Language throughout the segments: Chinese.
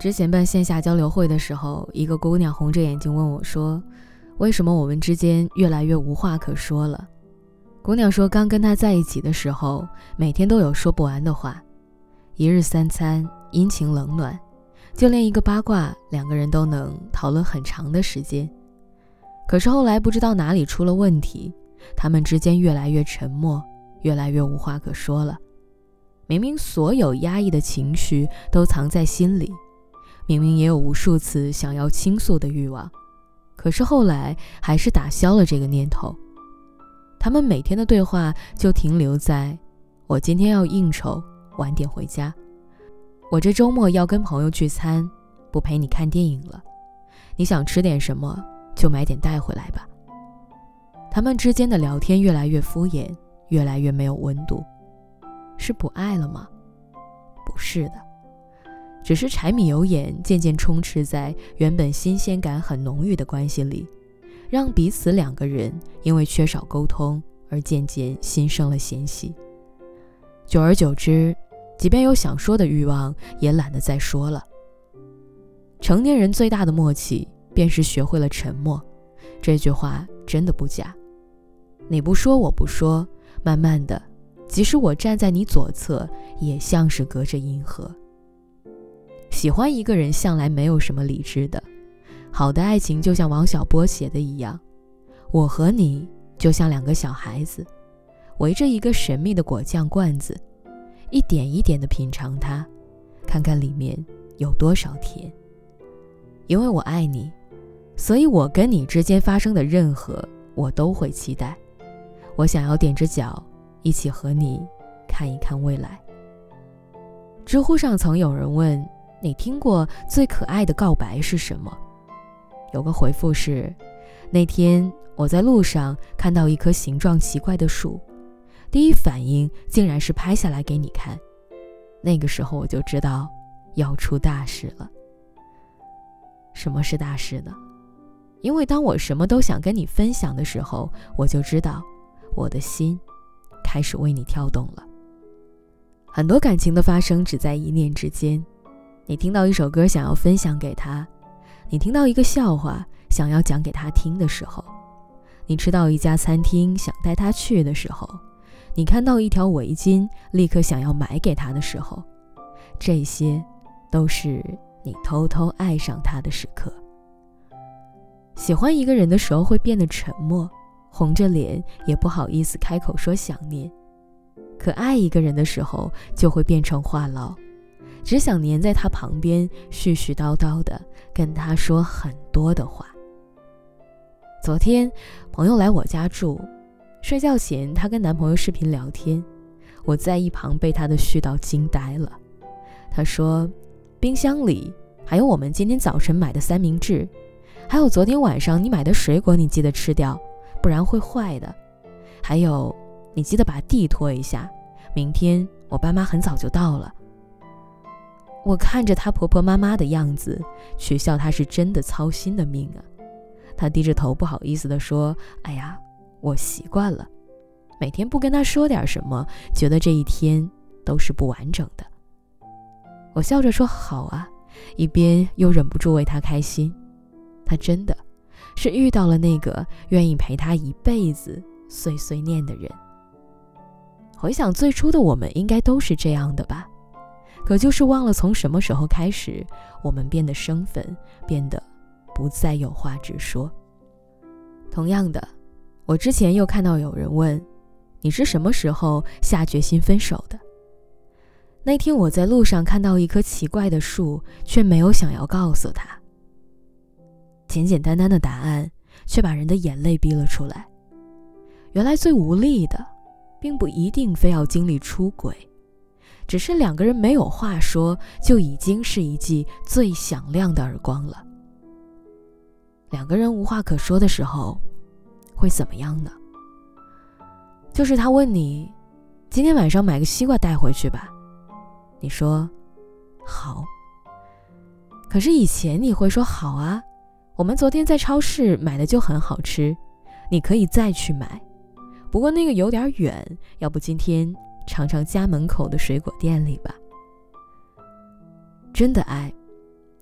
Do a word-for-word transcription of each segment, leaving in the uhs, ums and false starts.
之前办线下交流会的时候，一个姑娘红着眼睛问我说，为什么我们之间越来越无话可说了？姑娘说，刚跟她在一起的时候，每天都有说不完的话，一日三餐，阴晴冷暖，就连一个八卦，两个人都能讨论很长的时间。可是后来不知道哪里出了问题，他们之间越来越沉默，越来越无话可说了。明明所有压抑的情绪都藏在心里，明明也有无数次想要倾诉的欲望，可是后来还是打消了这个念头。他们每天的对话就停留在，我今天要应酬，晚点回家，我这周末要跟朋友聚餐，不陪你看电影了，你想吃点什么就买点带回来吧。他们之间的聊天越来越敷衍，越来越没有温度。是不爱了吗？不是的，只是柴米油盐渐渐充斥在原本新鲜感很浓郁的关系里，让彼此两个人因为缺少沟通而渐渐心生了嫌隙。久而久之，即便有想说的欲望，也懒得再说了。成年人最大的默契便是学会了沉默，这句话真的不假。你不说我不说，慢慢的，即使我站在你左侧，也像是隔着银河。喜欢一个人向来没有什么理智的，好的爱情就像王小波写的一样，我和你就像两个小孩子，围着一个神秘的果酱罐子，一点一点地品尝它，看看里面有多少甜。因为我爱你，所以我跟你之间发生的任何我都会期待，我想要踮着脚一起和你看一看未来。知乎上曾有人问，你听过最可爱的告白是什么？有个回复是，那天我在路上看到一棵形状奇怪的树，第一反应竟然是拍下来给你看，那个时候我就知道要出大事了。什么是大事呢？因为当我什么都想跟你分享的时候，我就知道我的心开始为你跳动了。很多感情的发生只在一念之间，你听到一首歌想要分享给他，你听到一个笑话想要讲给他听的时候，你吃到一家餐厅想带他去的时候，你看到一条围巾立刻想要买给他的时候，这些都是你偷偷爱上他的时刻。喜欢一个人的时候会变得沉默，红着脸也不好意思开口说想念，可爱一个人的时候就会变成话痨，只想黏在他旁边，絮絮叨叨的跟他说很多的话。昨天朋友来我家住，睡觉前她跟男朋友视频聊天，我在一旁被她的絮叨惊呆了。她说，冰箱里还有我们今天早晨买的三明治，还有昨天晚上你买的水果，你记得吃掉，不然会坏的。还有，你记得把地拖一下，明天我爸妈很早就到了。我看着她婆婆妈妈的样子，取笑她是真的操心的命啊。她低着头不好意思地说，哎呀，我习惯了，每天不跟她说点什么，觉得这一天都是不完整的。我笑着说好啊，一边又忍不住为她开心。她真的是遇到了那个愿意陪她一辈子碎碎念的人。回想最初的我们应该都是这样的吧，可就是忘了从什么时候开始，我们变得生分，变得不再有话直说。同样的，我之前又看到有人问，你是什么时候下决心分手的？那天我在路上看到一棵奇怪的树，却没有想要告诉他。简简单单的答案却把人的眼泪逼了出来。原来最无力的并不一定非要经历出轨，只是两个人没有话说，就已经是一记最响亮的耳光了。两个人无话可说的时候会怎么样呢？就是他问你，今天晚上买个西瓜带回去吧，你说好。可是以前你会说好啊，我们昨天在超市买的就很好吃，你可以再去买，不过那个有点远，要不今天尝尝家门口的水果店里吧。真的爱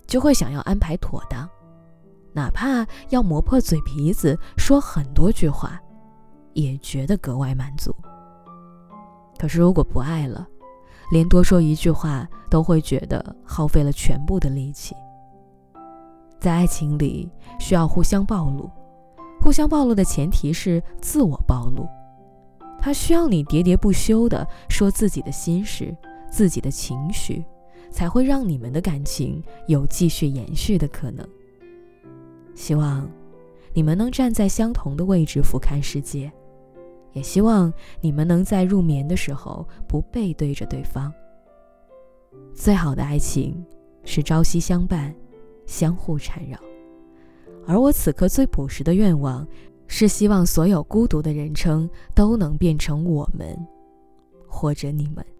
就会想要安排妥当，哪怕要磨破嘴皮子说很多句话，也觉得格外满足。可是如果不爱了，连多说一句话都会觉得耗费了全部的力气。在爱情里需要互相暴露，互相暴露的前提是自我暴露。他需要你喋喋不休地说自己的心事，自己的情绪，才会让你们的感情有继续延续的可能。希望你们能站在相同的位置俯瞰世界，也希望你们能在入眠的时候不背对着对方。最好的爱情是朝夕相伴，相互缠绕。而我此刻最朴实的愿望，是希望所有孤独的人称都能变成我们，或者你们。